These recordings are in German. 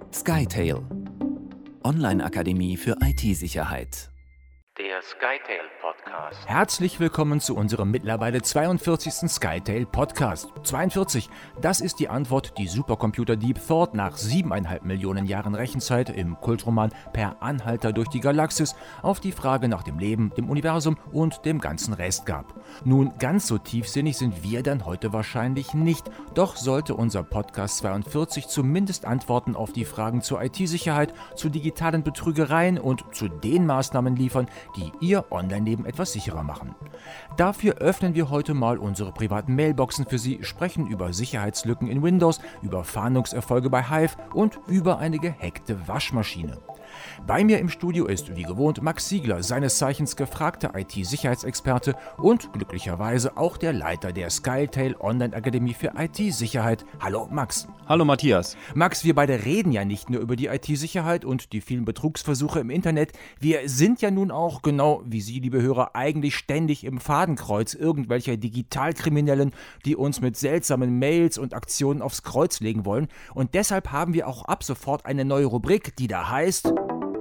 SkyTail, Online-Akademie für IT-Sicherheit. Der SkyTail Podcast. Herzlich willkommen zu unserem mittlerweile 42. SkyTail Podcast. 42, das ist die Antwort, die Supercomputer Deep Thought nach 7,5 Millionen Jahren Rechenzeit im Kultroman Per Anhalter durch die Galaxis auf die Frage nach dem Leben, dem Universum und dem ganzen Rest gab. Nun, ganz so tiefsinnig sind wir dann heute wahrscheinlich nicht, doch sollte unser Podcast 42 zumindest Antworten auf die Fragen zur IT-Sicherheit, zu digitalen Betrügereien und zu den Maßnahmen liefern, die Ihr Online-Leben etwas sicherer machen. Dafür öffnen wir heute mal unsere privaten Mailboxen für Sie, sprechen über Sicherheitslücken in Windows, über Fahndungserfolge bei Hive und über eine gehackte Waschmaschine. Bei mir im Studio ist, wie gewohnt, Max Siegler, seines Zeichens gefragter IT-Sicherheitsexperte und glücklicherweise auch der Leiter der SkyTail Online-Akademie für IT-Sicherheit. Hallo Max. Hallo Matthias. Max, wir beide reden ja nicht nur über die IT-Sicherheit und die vielen Betrugsversuche im Internet. Wir sind ja nun auch, genau wie Sie, liebe Hörer, eigentlich ständig im Fadenkreuz irgendwelcher Digitalkriminellen, die uns mit seltsamen Mails und Aktionen aufs Kreuz legen wollen. Und deshalb haben wir auch ab sofort eine neue Rubrik, die da heißt: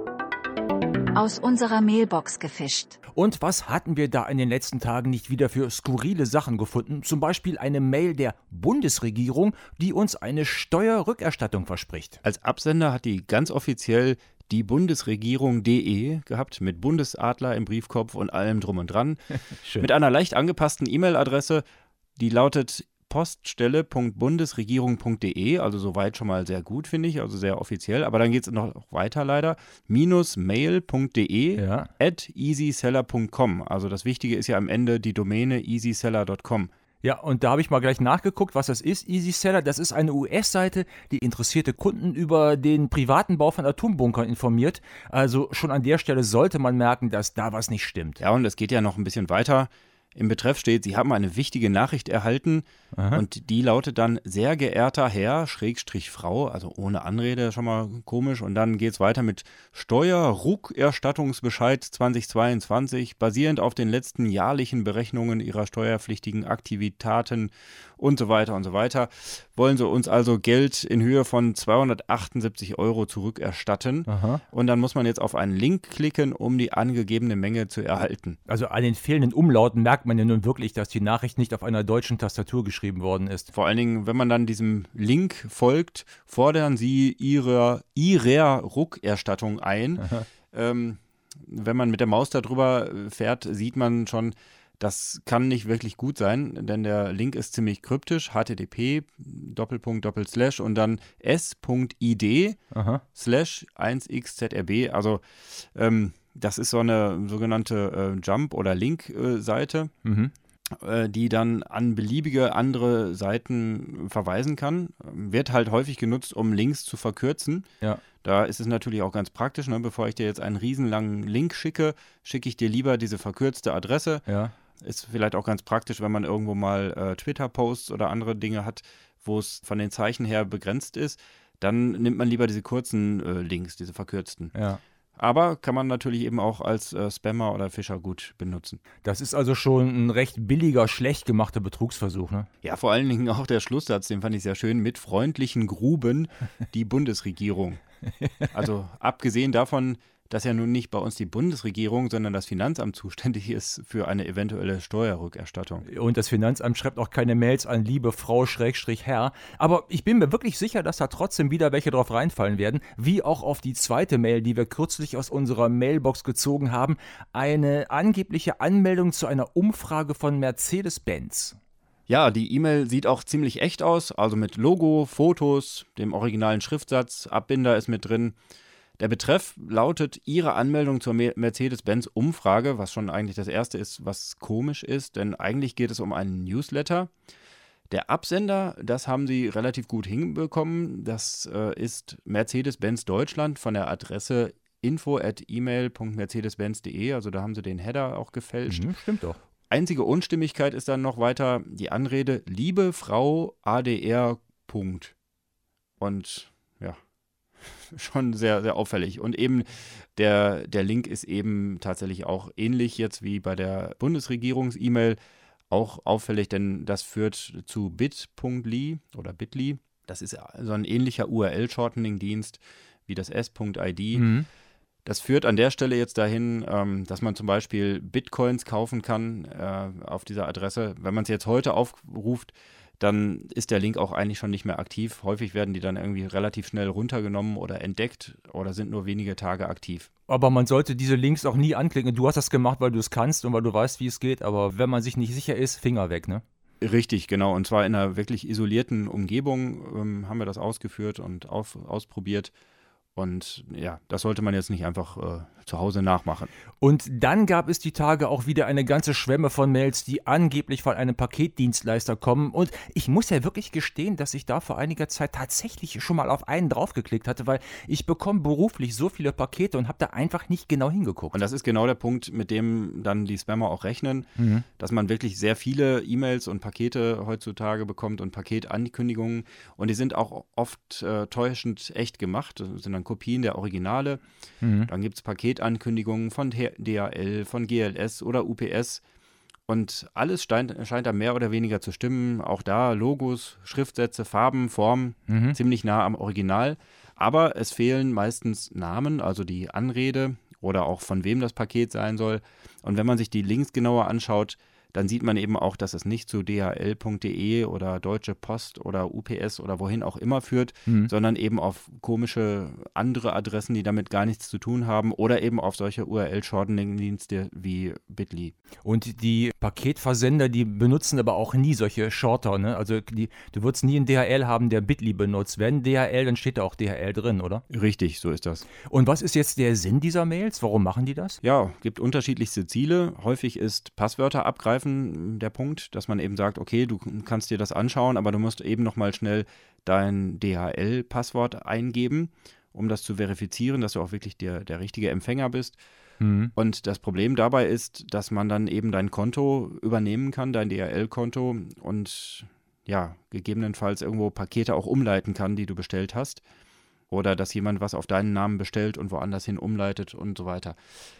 Aus unserer Mailbox gefischt. Und was hatten wir da in den letzten Tagen nicht wieder für skurrile Sachen gefunden? Zum Beispiel eine Mail der Bundesregierung, die uns eine Steuerrückerstattung verspricht. Als Absender hat die ganz offiziell die Bundesregierung.de gehabt, mit Bundesadler im Briefkopf und allem drum und dran. Schön. Mit einer leicht angepassten E-Mail-Adresse, die lautet poststelle.bundesregierung.de, also soweit schon mal sehr gut, finde ich, also sehr offiziell. Aber dann geht es noch weiter leider, -mail.de Ja. @easyseller.com. Also das Wichtige ist ja am Ende die Domäne easyseller.com. Ja, und da habe ich mal gleich nachgeguckt, was das ist. EasySeller, das ist eine US-Seite, die interessierte Kunden über den privaten Bau von Atombunkern informiert. Also schon an der Stelle sollte man merken, dass da was nicht stimmt. Ja, und es geht ja noch ein bisschen weiter. Im Betreff steht, Sie haben eine wichtige Nachricht erhalten. Aha. Und die lautet dann: Sehr geehrter Herr, Frau, also ohne Anrede, schon mal komisch. Und dann geht es weiter mit Steuerrückerstattungsbescheid 2022, basierend auf den letzten jahrlichen Berechnungen Ihrer steuerpflichtigen Aktivitäten und so weiter und so weiter. Wollen Sie uns also Geld in Höhe von 278 € zurückerstatten. Aha. Und dann muss man jetzt auf einen Link klicken, um die angegebene Menge zu erhalten. Also an den fehlenden Umlauten merkt man ja nun wirklich, dass die Nachricht nicht auf einer deutschen Tastatur geschrieben worden ist. Vor allen Dingen, wenn man dann diesem Link folgt, fordern sie ihrer Rückerstattung ein. Wenn man mit der Maus darüber fährt, sieht man schon, das kann nicht wirklich gut sein, denn der Link ist ziemlich kryptisch, http:// und dann s.id/1xzrb. Also das ist so eine sogenannte Jump- oder Link-Seite, die dann an beliebige andere Seiten verweisen kann. Wird halt häufig genutzt, um Links zu verkürzen. Ja. Da ist es natürlich auch ganz praktisch, ne? Bevor ich dir jetzt einen riesenlangen Link schicke, schicke ich dir lieber diese verkürzte Adresse. Ja. Ist vielleicht auch ganz praktisch, wenn man irgendwo mal Twitter-Posts oder andere Dinge hat, wo es von den Zeichen her begrenzt ist. Dann nimmt man lieber diese kurzen Links, diese verkürzten. Ja. Aber kann man natürlich eben auch als Spammer oder Fischer gut benutzen. Das ist also schon ein recht billiger, schlecht gemachter Betrugsversuch, ne? Ja, vor allen Dingen auch der Schlusssatz, den fand ich sehr schön, mit freundlichen Gruben die Bundesregierung. Also abgesehen davon, dass ja nun nicht bei uns die Bundesregierung, sondern das Finanzamt zuständig ist für eine eventuelle Steuerrückerstattung. Und das Finanzamt schreibt auch keine Mails an liebe Frau /Herr. Aber ich bin mir wirklich sicher, dass da trotzdem wieder welche drauf reinfallen werden. Wie auch auf die zweite Mail, die wir kürzlich aus unserer Mailbox gezogen haben. Eine angebliche Anmeldung zu einer Umfrage von Mercedes-Benz. Ja, die E-Mail sieht auch ziemlich echt aus, also mit Logo, Fotos, dem originalen Schriftsatz, Abbinder ist mit drin. Der Betreff lautet: Ihre Anmeldung zur Mercedes-Benz-Umfrage, was schon eigentlich das erste ist, was komisch ist, denn eigentlich geht es um einen Newsletter. Der Absender, das haben sie relativ gut hinbekommen, das ist Mercedes-Benz Deutschland von der Adresse info@email.mercedes-benz.de, also da haben sie den Header auch gefälscht. Stimmt doch. Einzige Unstimmigkeit ist dann noch weiter die Anrede: Liebe Frau ADR. Und ja, schon sehr, sehr auffällig. Und eben der Link ist eben tatsächlich auch ähnlich jetzt wie bei der Bundesregierungs-E-Mail. Auch auffällig, denn das führt zu bit.ly oder bit.ly. Das ist so ein ähnlicher URL-Shortening-Dienst wie das s.id. Das führt an der Stelle jetzt dahin, dass man zum Beispiel Bitcoins kaufen kann auf dieser Adresse. Wenn man es jetzt heute aufruft, dann ist der Link auch eigentlich schon nicht mehr aktiv. Häufig werden die dann irgendwie relativ schnell runtergenommen oder entdeckt oder sind nur wenige Tage aktiv. Aber man sollte diese Links auch nie anklicken. Du hast das gemacht, weil du es kannst und weil du weißt, wie es geht. Aber wenn man sich nicht sicher ist, Finger weg, ne? Richtig, genau. Und zwar in einer wirklich isolierten Umgebung haben wir das ausgeführt und ausprobiert. Und ja, das sollte man jetzt nicht einfach zu Hause nachmachen. Und dann gab es die Tage auch wieder eine ganze Schwemme von Mails, die angeblich von einem Paketdienstleister kommen. Und ich muss ja wirklich gestehen, dass ich da vor einiger Zeit tatsächlich schon mal auf einen draufgeklickt hatte, weil ich bekomme beruflich so viele Pakete und habe da einfach nicht genau hingeguckt. Und das ist genau der Punkt, mit dem dann die Spammer auch rechnen, dass man wirklich sehr viele E-Mails und Pakete heutzutage bekommt und Paketankündigungen. Und die sind auch oft täuschend echt gemacht. Das sind dann Kopien der Originale. Dann gibt es Paketankündigungen von DHL, von GLS oder UPS. Und alles scheint da mehr oder weniger zu stimmen. Auch da Logos, Schriftsätze, Farben, Formen, ziemlich nah am Original. Aber es fehlen meistens Namen, also die Anrede oder auch von wem das Paket sein soll. Und wenn man sich die Links genauer anschaut, dann sieht man eben auch, dass es nicht zu dhl.de oder Deutsche Post oder UPS oder wohin auch immer führt, sondern eben auf komische andere Adressen, die damit gar nichts zu tun haben oder eben auf solche URL-Shortening-Dienste wie Bitly. Und die Paketversender, die benutzen aber auch nie solche Shorter, ne? Also du würdest nie einen DHL haben, der Bitly benutzt. Wenn DHL, dann steht da auch DHL drin, oder? Richtig, so ist das. Und was ist jetzt der Sinn dieser Mails? Warum machen die das? Ja, gibt unterschiedlichste Ziele. Häufig ist Passwörter abgreifen der Punkt, dass man eben sagt, okay, du kannst dir das anschauen, aber du musst eben nochmal schnell dein DHL-Passwort eingeben, um das zu verifizieren, dass du auch wirklich der richtige Empfänger bist. Und das Problem dabei ist, dass man dann eben dein Konto übernehmen kann, dein DHL-Konto und ja, gegebenenfalls irgendwo Pakete auch umleiten kann, die du bestellt hast. Oder dass jemand was auf deinen Namen bestellt und woanders hin umleitet und so weiter.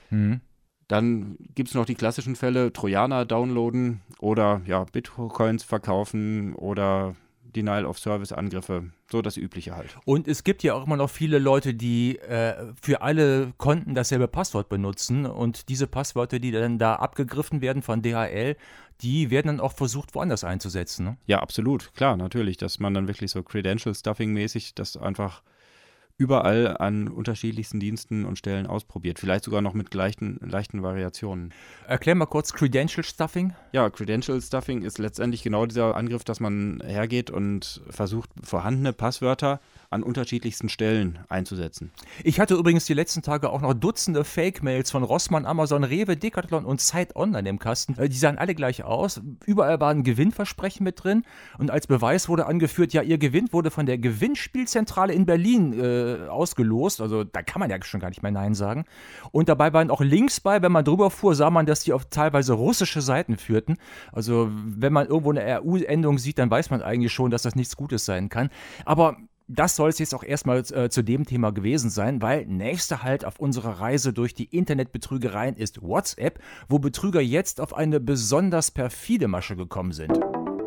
Dann gibt es noch die klassischen Fälle, Trojaner downloaden oder ja, Bitcoins verkaufen oder Denial-of-Service-Angriffe, so das Übliche halt. Und es gibt ja auch immer noch viele Leute, die für alle Konten dasselbe Passwort benutzen und diese Passwörter, die dann da abgegriffen werden von DHL, die werden dann auch versucht, woanders einzusetzen, ne? Ja, absolut, klar, natürlich, dass man dann wirklich so Credential-Stuffing-mäßig das einfach überall an unterschiedlichsten Diensten und Stellen ausprobiert. Vielleicht sogar noch mit leichten Variationen. Erklär mal kurz Credential Stuffing. Ja, Credential Stuffing ist letztendlich genau dieser Angriff, dass man hergeht und versucht, vorhandene Passwörter an unterschiedlichsten Stellen einzusetzen. Ich hatte übrigens die letzten Tage auch noch Dutzende Fake-Mails von Rossmann, Amazon, Rewe, Decathlon und Zeit Online im Kasten. Die sahen alle gleich aus. Überall war ein Gewinnversprechen mit drin. Und als Beweis wurde angeführt, ja, ihr Gewinn wurde von der Gewinnspielzentrale in Berlin ausgelost. Also da kann man ja schon gar nicht mehr Nein sagen. Und dabei waren auch Links bei. Wenn man drüber fuhr, sah man, dass die auf teilweise russische Seiten führten. Also wenn man irgendwo eine RU-Endung sieht, dann weiß man eigentlich schon, dass das nichts Gutes sein kann. Aber das soll es jetzt auch erstmal zu dem Thema gewesen sein, weil nächster Halt auf unserer Reise durch die Internetbetrügereien ist WhatsApp, wo Betrüger jetzt auf eine besonders perfide Masche gekommen sind.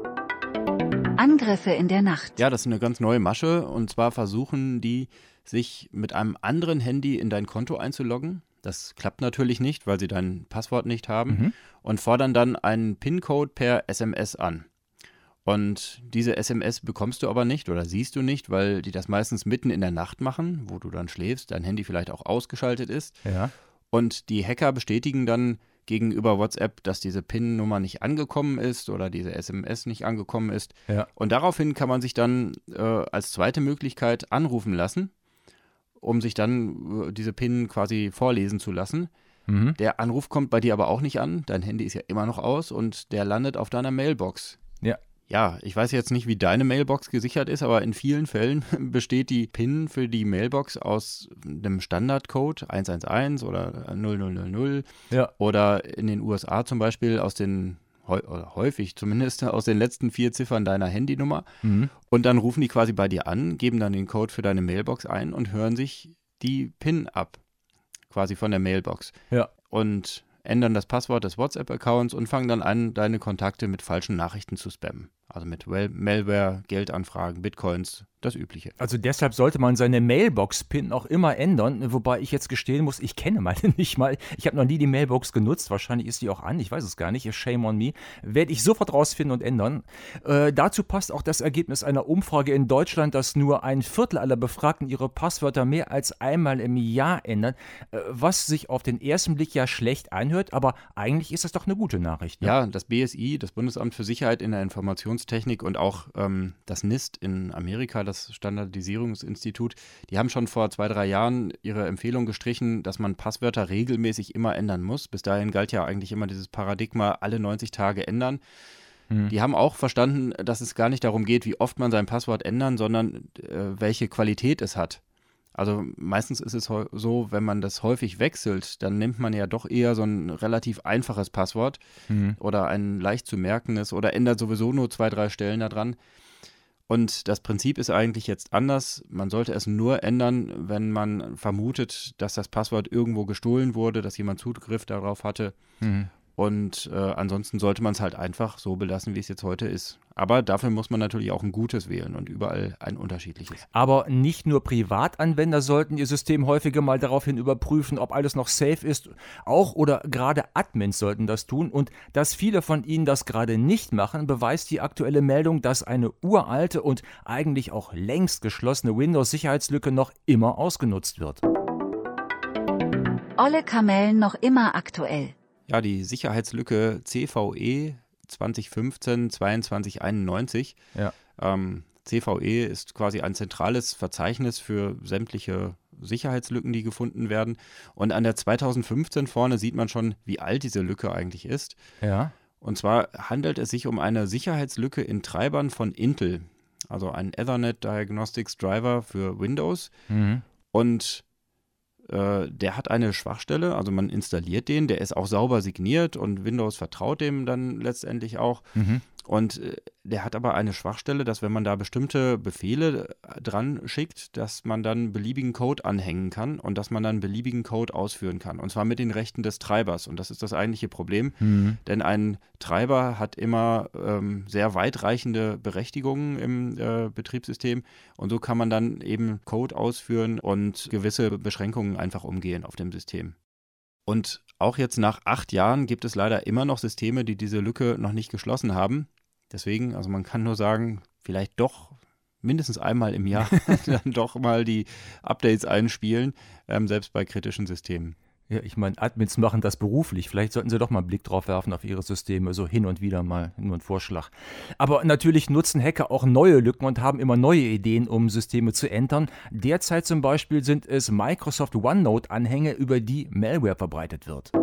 Angriffe in der Nacht. Ja, das ist eine ganz neue Masche und zwar versuchen die, sich mit einem anderen Handy in dein Konto einzuloggen. Das klappt natürlich nicht, weil sie dein Passwort nicht haben und fordern dann einen PIN-Code per SMS an. Und diese SMS bekommst du aber nicht oder siehst du nicht, weil die das meistens mitten in der Nacht machen, wo du dann schläfst, dein Handy vielleicht auch ausgeschaltet ist. Ja. Und die Hacker bestätigen dann gegenüber WhatsApp, dass diese PIN-Nummer nicht angekommen ist oder diese SMS nicht angekommen ist. Ja. Und daraufhin kann man sich dann als zweite Möglichkeit anrufen lassen, um sich dann diese PIN quasi vorlesen zu lassen. Der Anruf kommt bei dir aber auch nicht an, dein Handy ist ja immer noch aus und der landet auf deiner Mailbox. Ja. Ja, ich weiß jetzt nicht, wie deine Mailbox gesichert ist, aber in vielen Fällen besteht die PIN für die Mailbox aus einem Standardcode 111 oder 0000 oder in den USA zum Beispiel aus den, oder häufig zumindest, aus den letzten 4 Ziffern deiner Handynummer. Und dann rufen die quasi bei dir an, geben dann den Code für deine Mailbox ein und hören sich die PIN ab, quasi von der Mailbox. Ja. Und ändern das Passwort des WhatsApp-Accounts und fangen dann an, deine Kontakte mit falschen Nachrichten zu spammen. Also mit Malware, Geldanfragen, Bitcoins, das Übliche. Also deshalb sollte man seine Mailbox-PIN auch immer ändern, wobei ich jetzt gestehen muss, ich kenne meine nicht mal. Ich habe noch nie die Mailbox genutzt, wahrscheinlich ist die auch an, ich weiß es gar nicht, shame on me. Werde ich sofort rausfinden und ändern. Dazu passt auch das Ergebnis einer Umfrage in Deutschland, dass nur ein Viertel aller Befragten ihre Passwörter mehr als einmal im Jahr ändern, was sich auf den ersten Blick ja schlecht anhört, aber eigentlich ist das doch eine gute Nachricht. Ne? Ja, das BSI, das Bundesamt für Sicherheit in der Informationstechnik und auch das NIST in Amerika, das Standardisierungsinstitut, die haben schon vor 2-3 Jahren ihre Empfehlung gestrichen, dass man Passwörter regelmäßig immer ändern muss. Bis dahin galt ja eigentlich immer dieses Paradigma, alle 90 Tage ändern. Die haben auch verstanden, dass es gar nicht darum geht, wie oft man sein Passwort ändern, sondern welche Qualität es hat. Also meistens ist es so, wenn man das häufig wechselt, dann nimmt man ja doch eher so ein relativ einfaches Passwort oder ein leicht zu merkendes oder ändert sowieso nur 2-3 Stellen da dran. Und das Prinzip ist eigentlich jetzt anders. Man sollte es nur ändern, wenn man vermutet, dass das Passwort irgendwo gestohlen wurde, dass jemand Zugriff darauf hatte. Und ansonsten sollte man es halt einfach so belassen, wie es jetzt heute ist. Aber dafür muss man natürlich auch ein gutes wählen und überall ein unterschiedliches. Aber nicht nur Privatanwender sollten ihr System häufiger mal daraufhin überprüfen, ob alles noch safe ist. Auch oder gerade Admins sollten das tun. Und dass viele von ihnen das gerade nicht machen, beweist die aktuelle Meldung, dass eine uralte und eigentlich auch längst geschlossene Windows-Sicherheitslücke noch immer ausgenutzt wird. Olle Kamellen noch immer aktuell. Ja, die Sicherheitslücke CVE 2015-2291. Ja. CVE ist quasi ein zentrales Verzeichnis für sämtliche Sicherheitslücken, die gefunden werden. Und an der 2015 vorne sieht man schon, wie alt diese Lücke eigentlich ist. Ja. Und zwar handelt es sich um eine Sicherheitslücke in Treibern von Intel, also ein Ethernet Diagnostics Driver für Windows. Und der hat eine Schwachstelle, also man installiert den, der ist auch sauber signiert und Windows vertraut dem dann letztendlich auch. Und der hat aber eine Schwachstelle, dass wenn man da bestimmte Befehle dran schickt, dass man dann beliebigen Code anhängen kann und dass man dann beliebigen Code ausführen kann. Und zwar mit den Rechten des Treibers. Und das ist das eigentliche Problem, denn ein Treiber hat immer sehr weitreichende Berechtigungen im Betriebssystem. Und so kann man dann eben Code ausführen und gewisse Beschränkungen einfach umgehen auf dem System. Und auch jetzt nach 8 Jahren gibt es leider immer noch Systeme, die diese Lücke noch nicht geschlossen haben. Deswegen, also man kann nur sagen, vielleicht doch mindestens einmal im Jahr dann doch mal die Updates einspielen, selbst bei kritischen Systemen. Ja, ich meine, Admins machen das beruflich. Vielleicht sollten sie doch mal einen Blick drauf werfen auf ihre Systeme, so hin und wieder mal, nur ein Vorschlag. Aber natürlich nutzen Hacker auch neue Lücken und haben immer neue Ideen, um Systeme zu entern. Derzeit zum Beispiel sind es Microsoft OneNote-Anhänge, über die Malware verbreitet wird.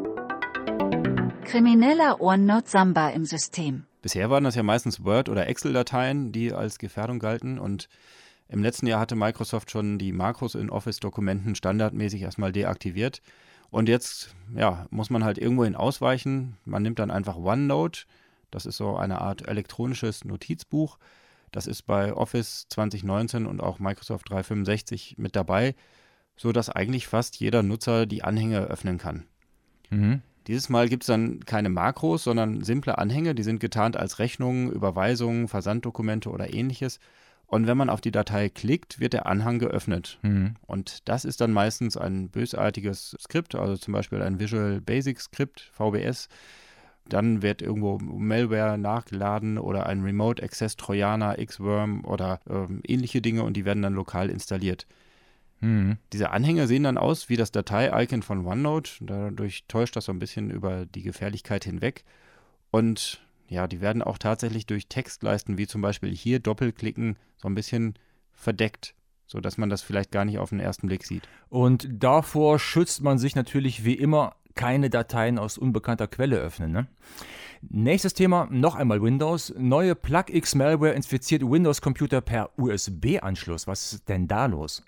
Krimineller OneNote-Samba im System. Bisher waren das ja meistens Word- oder Excel-Dateien, die als Gefährdung galten, und im letzten Jahr hatte Microsoft schon die Makros in Office-Dokumenten standardmäßig erstmal deaktiviert. Und jetzt muss man halt irgendwohin ausweichen. Man nimmt dann einfach OneNote. Das ist so eine Art elektronisches Notizbuch. Das ist bei Office 2019 und auch Microsoft 365 mit dabei, sodass eigentlich fast jeder Nutzer die Anhänge öffnen kann. Dieses Mal gibt es dann keine Makros, sondern simple Anhänge. Die sind getarnt als Rechnungen, Überweisungen, Versanddokumente oder ähnliches. Und wenn man auf die Datei klickt, wird der Anhang geöffnet. Und das ist dann meistens ein bösartiges Skript, also zum Beispiel ein Visual Basic Skript, VBS. Dann wird irgendwo Malware nachgeladen oder ein Remote Access Trojaner, X-Worm oder ähnliche Dinge, und die werden dann lokal installiert. Diese Anhänge sehen dann aus wie das Datei-Icon von OneNote. Dadurch täuscht das so ein bisschen über die Gefährlichkeit hinweg. Und ja, die werden auch tatsächlich durch Textleisten, wie zum Beispiel hier Doppelklicken, so ein bisschen verdeckt, sodass man das vielleicht gar nicht auf den ersten Blick sieht. Und davor schützt man sich natürlich wie immer, keine Dateien aus unbekannter Quelle öffnen. Ne? Nächstes Thema, noch einmal Windows. Neue Plug-X-Malware infiziert Windows-Computer per USB-Anschluss. Was ist denn da los?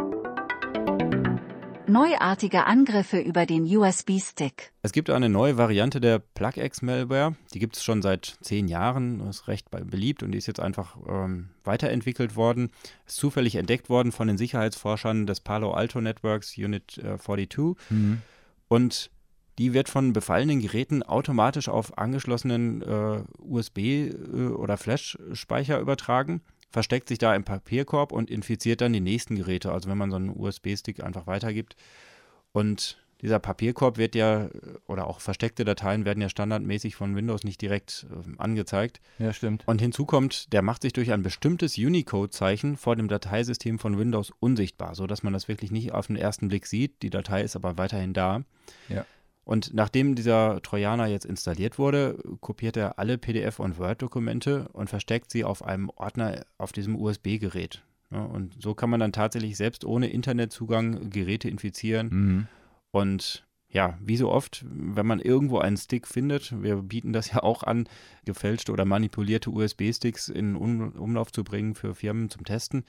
Neuartige Angriffe über den USB-Stick. Es gibt eine neue Variante der Plug-X-Malware. Die gibt es schon seit 10 Jahren, ist recht beliebt und die ist jetzt einfach weiterentwickelt worden. Ist zufällig entdeckt worden von den Sicherheitsforschern des Palo Alto Networks Unit 42. Und die wird von befallenen Geräten automatisch auf angeschlossenen USB- oder Flash-Speicher übertragen, versteckt sich da im Papierkorb und infiziert dann die nächsten Geräte. Also wenn man so einen USB-Stick einfach weitergibt. Und dieser Papierkorb wird ja, oder auch versteckte Dateien werden ja standardmäßig von Windows nicht direkt angezeigt. Ja, stimmt. Und hinzu kommt, der macht sich durch ein bestimmtes Unicode-Zeichen vor dem Dateisystem von Windows unsichtbar, sodass man das wirklich nicht auf den ersten Blick sieht. Die Datei ist aber weiterhin da. Ja. Und nachdem dieser Trojaner jetzt installiert wurde, kopiert er alle PDF- und Word-Dokumente und versteckt sie auf einem Ordner auf diesem USB-Gerät. Ja, und so kann man dann tatsächlich selbst ohne Internetzugang Geräte infizieren. Und ja, wie so oft, wenn man irgendwo einen Stick findet, wir bieten das ja auch an, gefälschte oder manipulierte USB-Sticks in Umlauf zu bringen für Firmen zum Testen,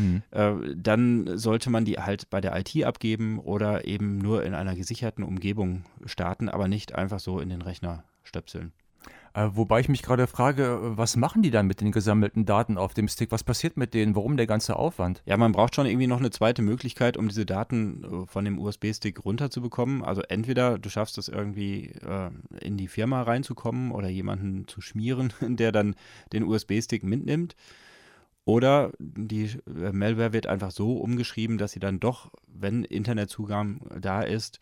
dann sollte man die halt bei der IT abgeben oder eben nur in einer gesicherten Umgebung starten, aber nicht einfach so in den Rechner stöpseln. Wobei ich mich gerade frage, was machen die dann mit den gesammelten Daten auf dem Stick? Was passiert mit denen? Warum der ganze Aufwand? Ja, man braucht schon irgendwie noch eine zweite Möglichkeit, um diese Daten von dem USB-Stick runterzubekommen. Also entweder du schaffst es irgendwie in die Firma reinzukommen oder jemanden zu schmieren, der dann den USB-Stick mitnimmt. Oder die Malware wird einfach so umgeschrieben, dass sie dann doch, wenn Internetzugang da ist,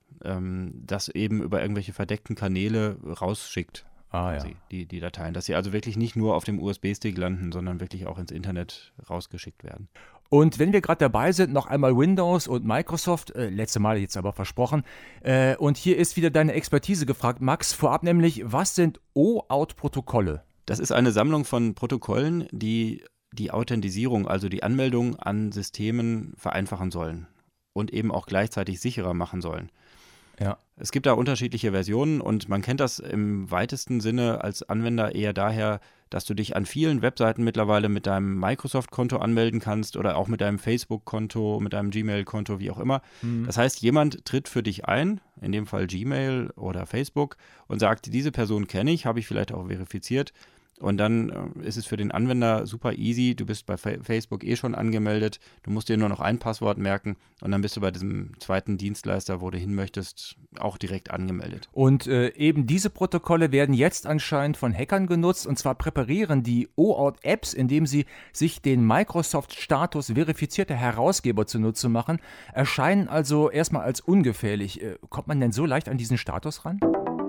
das eben über irgendwelche verdeckten Kanäle rausschickt. Die Dateien, dass sie also wirklich nicht nur auf dem USB-Stick landen, sondern wirklich auch ins Internet rausgeschickt werden. Und wenn wir gerade dabei sind, noch einmal Windows und Microsoft, letzte Mal jetzt aber versprochen, und hier ist wieder deine Expertise gefragt, Max, vorab nämlich, was sind OAuth-Protokolle? Das ist eine Sammlung von Protokollen, die die Authentisierung, also die Anmeldung an Systemen vereinfachen sollen und eben auch gleichzeitig sicherer machen sollen. Ja. Es gibt da unterschiedliche Versionen und man kennt das im weitesten Sinne als Anwender eher daher, dass du dich an vielen Webseiten mittlerweile mit deinem Microsoft-Konto anmelden kannst oder auch mit deinem Facebook-Konto, mit deinem Gmail-Konto, wie auch immer. Das heißt, jemand tritt für dich ein, in dem Fall Gmail oder Facebook, und sagt, diese Person kenne ich, habe ich vielleicht auch verifiziert. Und dann ist es für den Anwender super easy. Du bist bei Facebook schon angemeldet. Du musst dir nur noch ein Passwort merken und dann bist du bei diesem zweiten Dienstleister, wo du hin möchtest, auch direkt angemeldet. Und eben diese Protokolle werden jetzt anscheinend von Hackern genutzt. Und zwar präparieren die OAuth-Apps, indem sie sich den Microsoft-Status verifizierter Herausgeber zunutze machen, erscheinen also erstmal als ungefährlich. Kommt man denn so leicht an diesen Status ran?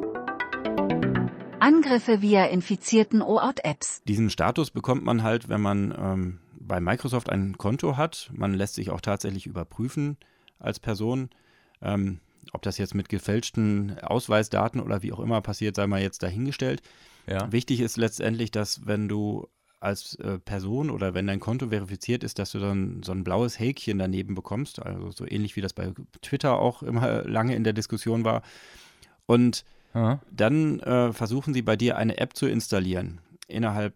Angriffe via infizierten OAuth-Apps. Diesen Status bekommt man halt, wenn man bei Microsoft ein Konto hat. Man lässt sich auch tatsächlich überprüfen als Person. Ob das jetzt mit gefälschten Ausweisdaten oder wie auch immer passiert, sei mal jetzt dahingestellt. Ja. Wichtig ist letztendlich, dass wenn du als Person oder wenn dein Konto verifiziert ist, dass du dann so ein blaues Häkchen daneben bekommst. Also so ähnlich wie das bei Twitter auch immer lange in der Diskussion war. Und dann versuchen sie bei dir eine App zu installieren innerhalb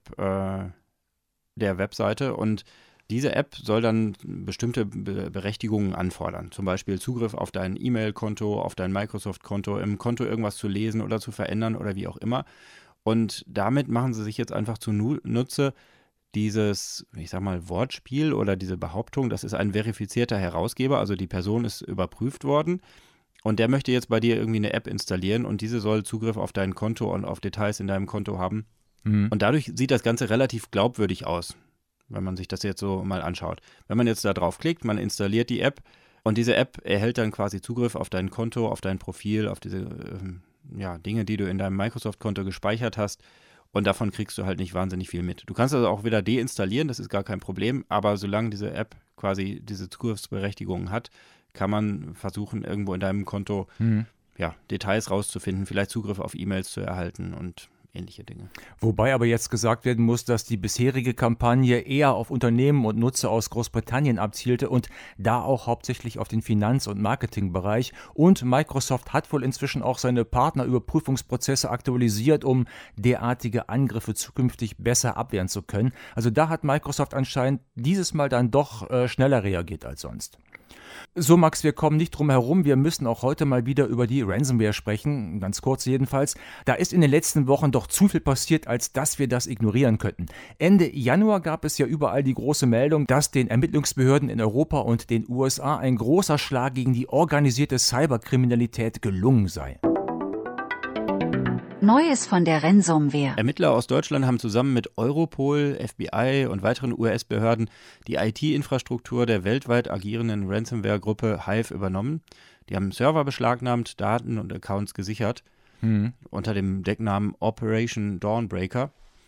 der Webseite und diese App soll dann bestimmte Berechtigungen anfordern, zum Beispiel Zugriff auf dein E-Mail-Konto, auf dein Microsoft-Konto, im Konto irgendwas zu lesen oder zu verändern oder wie auch immer. Und damit machen sie sich jetzt einfach zunutze dieses, ich sag mal, Wortspiel oder diese Behauptung, das ist ein verifizierter Herausgeber, also die Person ist überprüft worden. Und der möchte jetzt bei dir irgendwie eine App installieren und diese soll Zugriff auf dein Konto und auf Details in deinem Konto haben. Und dadurch sieht das Ganze relativ glaubwürdig aus, wenn man sich das jetzt so mal anschaut. Wenn man jetzt da drauf klickt, man installiert die App und diese App erhält dann quasi Zugriff auf dein Konto, auf dein Profil, auf diese Dinge, die du in deinem Microsoft-Konto gespeichert hast. Und davon kriegst du halt nicht wahnsinnig viel mit. Du kannst also auch wieder deinstallieren, das ist gar kein Problem. Aber solange diese App quasi diese Zugriffsberechtigungen hat, kann man versuchen, irgendwo in deinem Konto Details rauszufinden, vielleicht Zugriff auf E-Mails zu erhalten und ähnliche Dinge. Wobei aber jetzt gesagt werden muss, dass die bisherige Kampagne eher auf Unternehmen und Nutzer aus Großbritannien abzielte und da auch hauptsächlich auf den Finanz- und Marketingbereich. Und Microsoft hat wohl inzwischen auch seine Partnerüberprüfungsprozesse aktualisiert, um derartige Angriffe zukünftig besser abwehren zu können. Also da hat Microsoft anscheinend dieses Mal dann doch schneller reagiert als sonst. So, Max, wir kommen nicht drum herum. Wir müssen auch heute mal wieder über die Ransomware sprechen, ganz kurz jedenfalls. Da ist in den letzten Wochen doch zu viel passiert, als dass wir das ignorieren könnten. Ende Januar gab es ja überall die große Meldung, dass den Ermittlungsbehörden in Europa und den USA ein großer Schlag gegen die organisierte Cyberkriminalität gelungen sei. Neues von der Ransomware. Ermittler aus Deutschland haben zusammen mit Europol, FBI und weiteren US-Behörden die IT-Infrastruktur der weltweit agierenden Ransomware-Gruppe Hive übernommen. Die haben Server beschlagnahmt, Daten und Accounts gesichert, unter dem Decknamen Operation Dawnbreaker.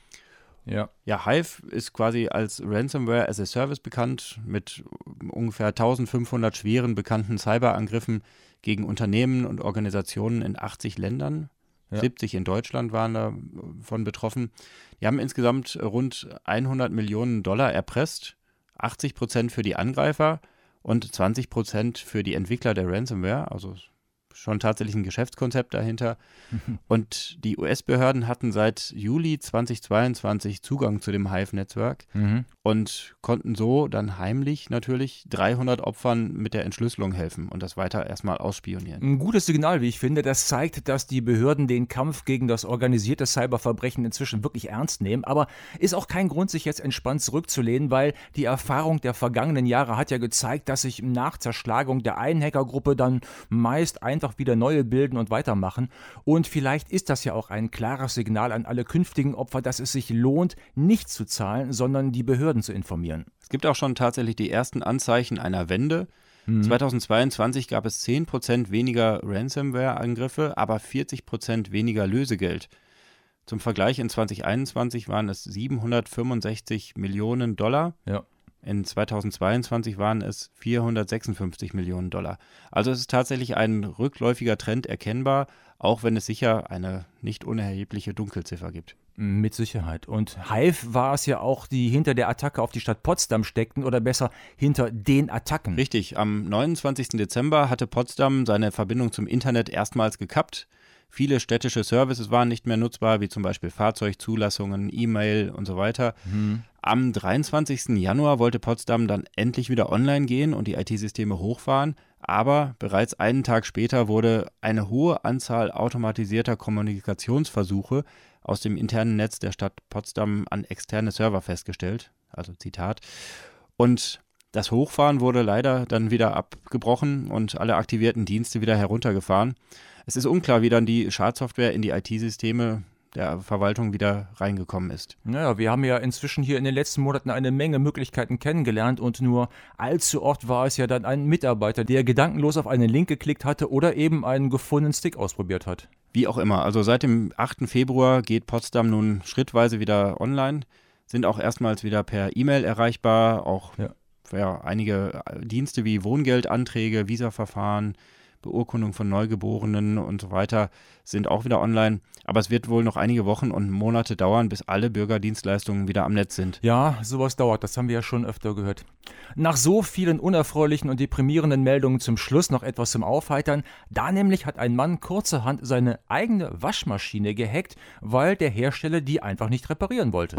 Ja. Ja, Hive ist quasi als Ransomware as a Service bekannt, mit ungefähr 1500 schweren bekannten Cyberangriffen gegen Unternehmen und Organisationen in 80 Ländern. Ja. 70 in Deutschland waren davon betroffen. Die haben insgesamt rund 100 Millionen Dollar erpresst, 80% für die Angreifer und 20% für die Entwickler der Ransomware, also schon tatsächlich ein Geschäftskonzept dahinter. Und die US-Behörden hatten seit Juli 2022 Zugang zu dem Hive-Netzwerk und konnten so dann heimlich natürlich 300 Opfern mit der Entschlüsselung helfen und das weiter erstmal ausspionieren. Ein gutes Signal, wie ich finde. Das zeigt, dass die Behörden den Kampf gegen das organisierte Cyberverbrechen inzwischen wirklich ernst nehmen. Aber ist auch kein Grund, sich jetzt entspannt zurückzulehnen, weil die Erfahrung der vergangenen Jahre hat ja gezeigt, dass sich nach Zerschlagung der einen Hackergruppe dann meist einfach wieder neue bilden und weitermachen. Und vielleicht ist das ja auch ein klares Signal an alle künftigen Opfer, dass es sich lohnt, nicht zu zahlen, sondern die Behörden zu informieren. Es gibt auch schon tatsächlich die ersten Anzeichen einer Wende. 2022 gab es 10% weniger Ransomware-Angriffe, aber 40% weniger Lösegeld. Zum Vergleich, in 2021 waren es 765 Millionen Dollar. Ja. In 2022 waren es 456 Millionen Dollar. Also es ist tatsächlich ein rückläufiger Trend erkennbar, auch wenn es sicher eine nicht unerhebliche Dunkelziffer gibt. Mit Sicherheit. Und Hive war es ja auch, die hinter der Attacke auf die Stadt Potsdam steckten, oder besser hinter den Attacken. Richtig, am 29. Dezember hatte Potsdam seine Verbindung zum Internet erstmals gekappt. Viele städtische Services waren nicht mehr nutzbar, wie zum Beispiel Fahrzeugzulassungen, E-Mail und so weiter. Am 23. Januar wollte Potsdam dann endlich wieder online gehen und die IT-Systeme hochfahren, aber bereits einen Tag später wurde eine hohe Anzahl automatisierter Kommunikationsversuche aus dem internen Netz der Stadt Potsdam an externe Server festgestellt, also Zitat. Und das Hochfahren wurde leider dann wieder abgebrochen und alle aktivierten Dienste wieder heruntergefahren. Es ist unklar, wie dann die Schadsoftware in die IT-Systeme der Verwaltung wieder reingekommen ist. Naja, wir haben ja inzwischen hier in den letzten Monaten eine Menge Möglichkeiten kennengelernt und nur allzu oft war es ja dann ein Mitarbeiter, der gedankenlos auf einen Link geklickt hatte oder eben einen gefundenen Stick ausprobiert hat. Wie auch immer, also seit dem 8. Februar geht Potsdam nun schrittweise wieder online, sind auch erstmals wieder per E-Mail erreichbar, auch einige Dienste wie Wohngeldanträge, Visaverfahren, Beurkundung von Neugeborenen und so weiter sind auch wieder online. Aber es wird wohl noch einige Wochen und Monate dauern, bis alle Bürgerdienstleistungen wieder am Netz sind. Ja, sowas dauert, das haben wir ja schon öfter gehört. Nach so vielen unerfreulichen und deprimierenden Meldungen zum Schluss noch etwas zum Aufheitern. Da nämlich hat ein Mann kurzerhand seine eigene Waschmaschine gehackt, weil der Hersteller die einfach nicht reparieren wollte.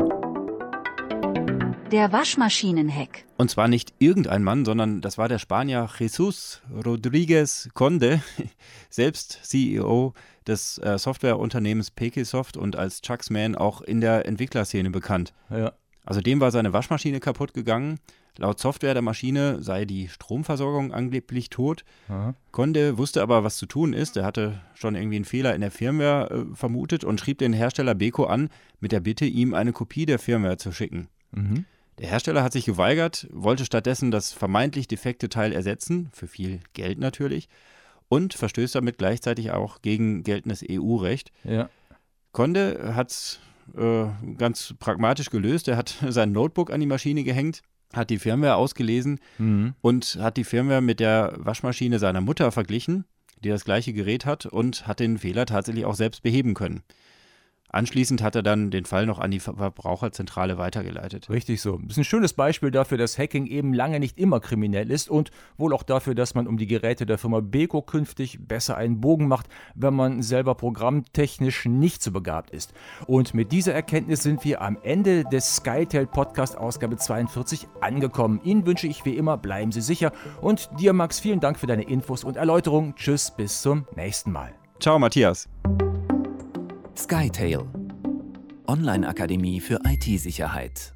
Der Waschmaschinenhack. Und zwar nicht irgendein Mann, sondern das war der Spanier Jesus Rodríguez Conde, selbst CEO des Softwareunternehmens Pekesoft und als Chucksman auch in der Entwicklerszene bekannt. Ja. Also dem war seine Waschmaschine kaputt gegangen. Laut Software der Maschine sei die Stromversorgung angeblich tot. Aha. Conde wusste aber, was zu tun ist. Er hatte schon irgendwie einen Fehler in der Firmware vermutet und schrieb den Hersteller Beko an, mit der Bitte, ihm eine Kopie der Firmware zu schicken. Der Hersteller hat sich geweigert, wollte stattdessen das vermeintlich defekte Teil ersetzen, für viel Geld natürlich, und verstößt damit gleichzeitig auch gegen geltendes EU-Recht. Ja. Conde hat es ganz pragmatisch gelöst. Er hat sein Notebook an die Maschine gehängt, hat die Firmware ausgelesen und hat die Firmware mit der Waschmaschine seiner Mutter verglichen, die das gleiche Gerät hat, und hat den Fehler tatsächlich auch selbst beheben können. Anschließend hat er dann den Fall noch an die Verbraucherzentrale weitergeleitet. Richtig so. Das ist ein schönes Beispiel dafür, dass Hacking eben lange nicht immer kriminell ist und wohl auch dafür, dass man um die Geräte der Firma Beko künftig besser einen Bogen macht, wenn man selber programmtechnisch nicht so begabt ist. Und mit dieser Erkenntnis sind wir am Ende des SkyTail Podcast Ausgabe 42 angekommen. Ihnen wünsche ich wie immer, bleiben Sie sicher, und dir, Max, vielen Dank für deine Infos und Erläuterungen. Tschüss, bis zum nächsten Mal. Ciao, Matthias. SkyTail, Online-Akademie für IT-Sicherheit.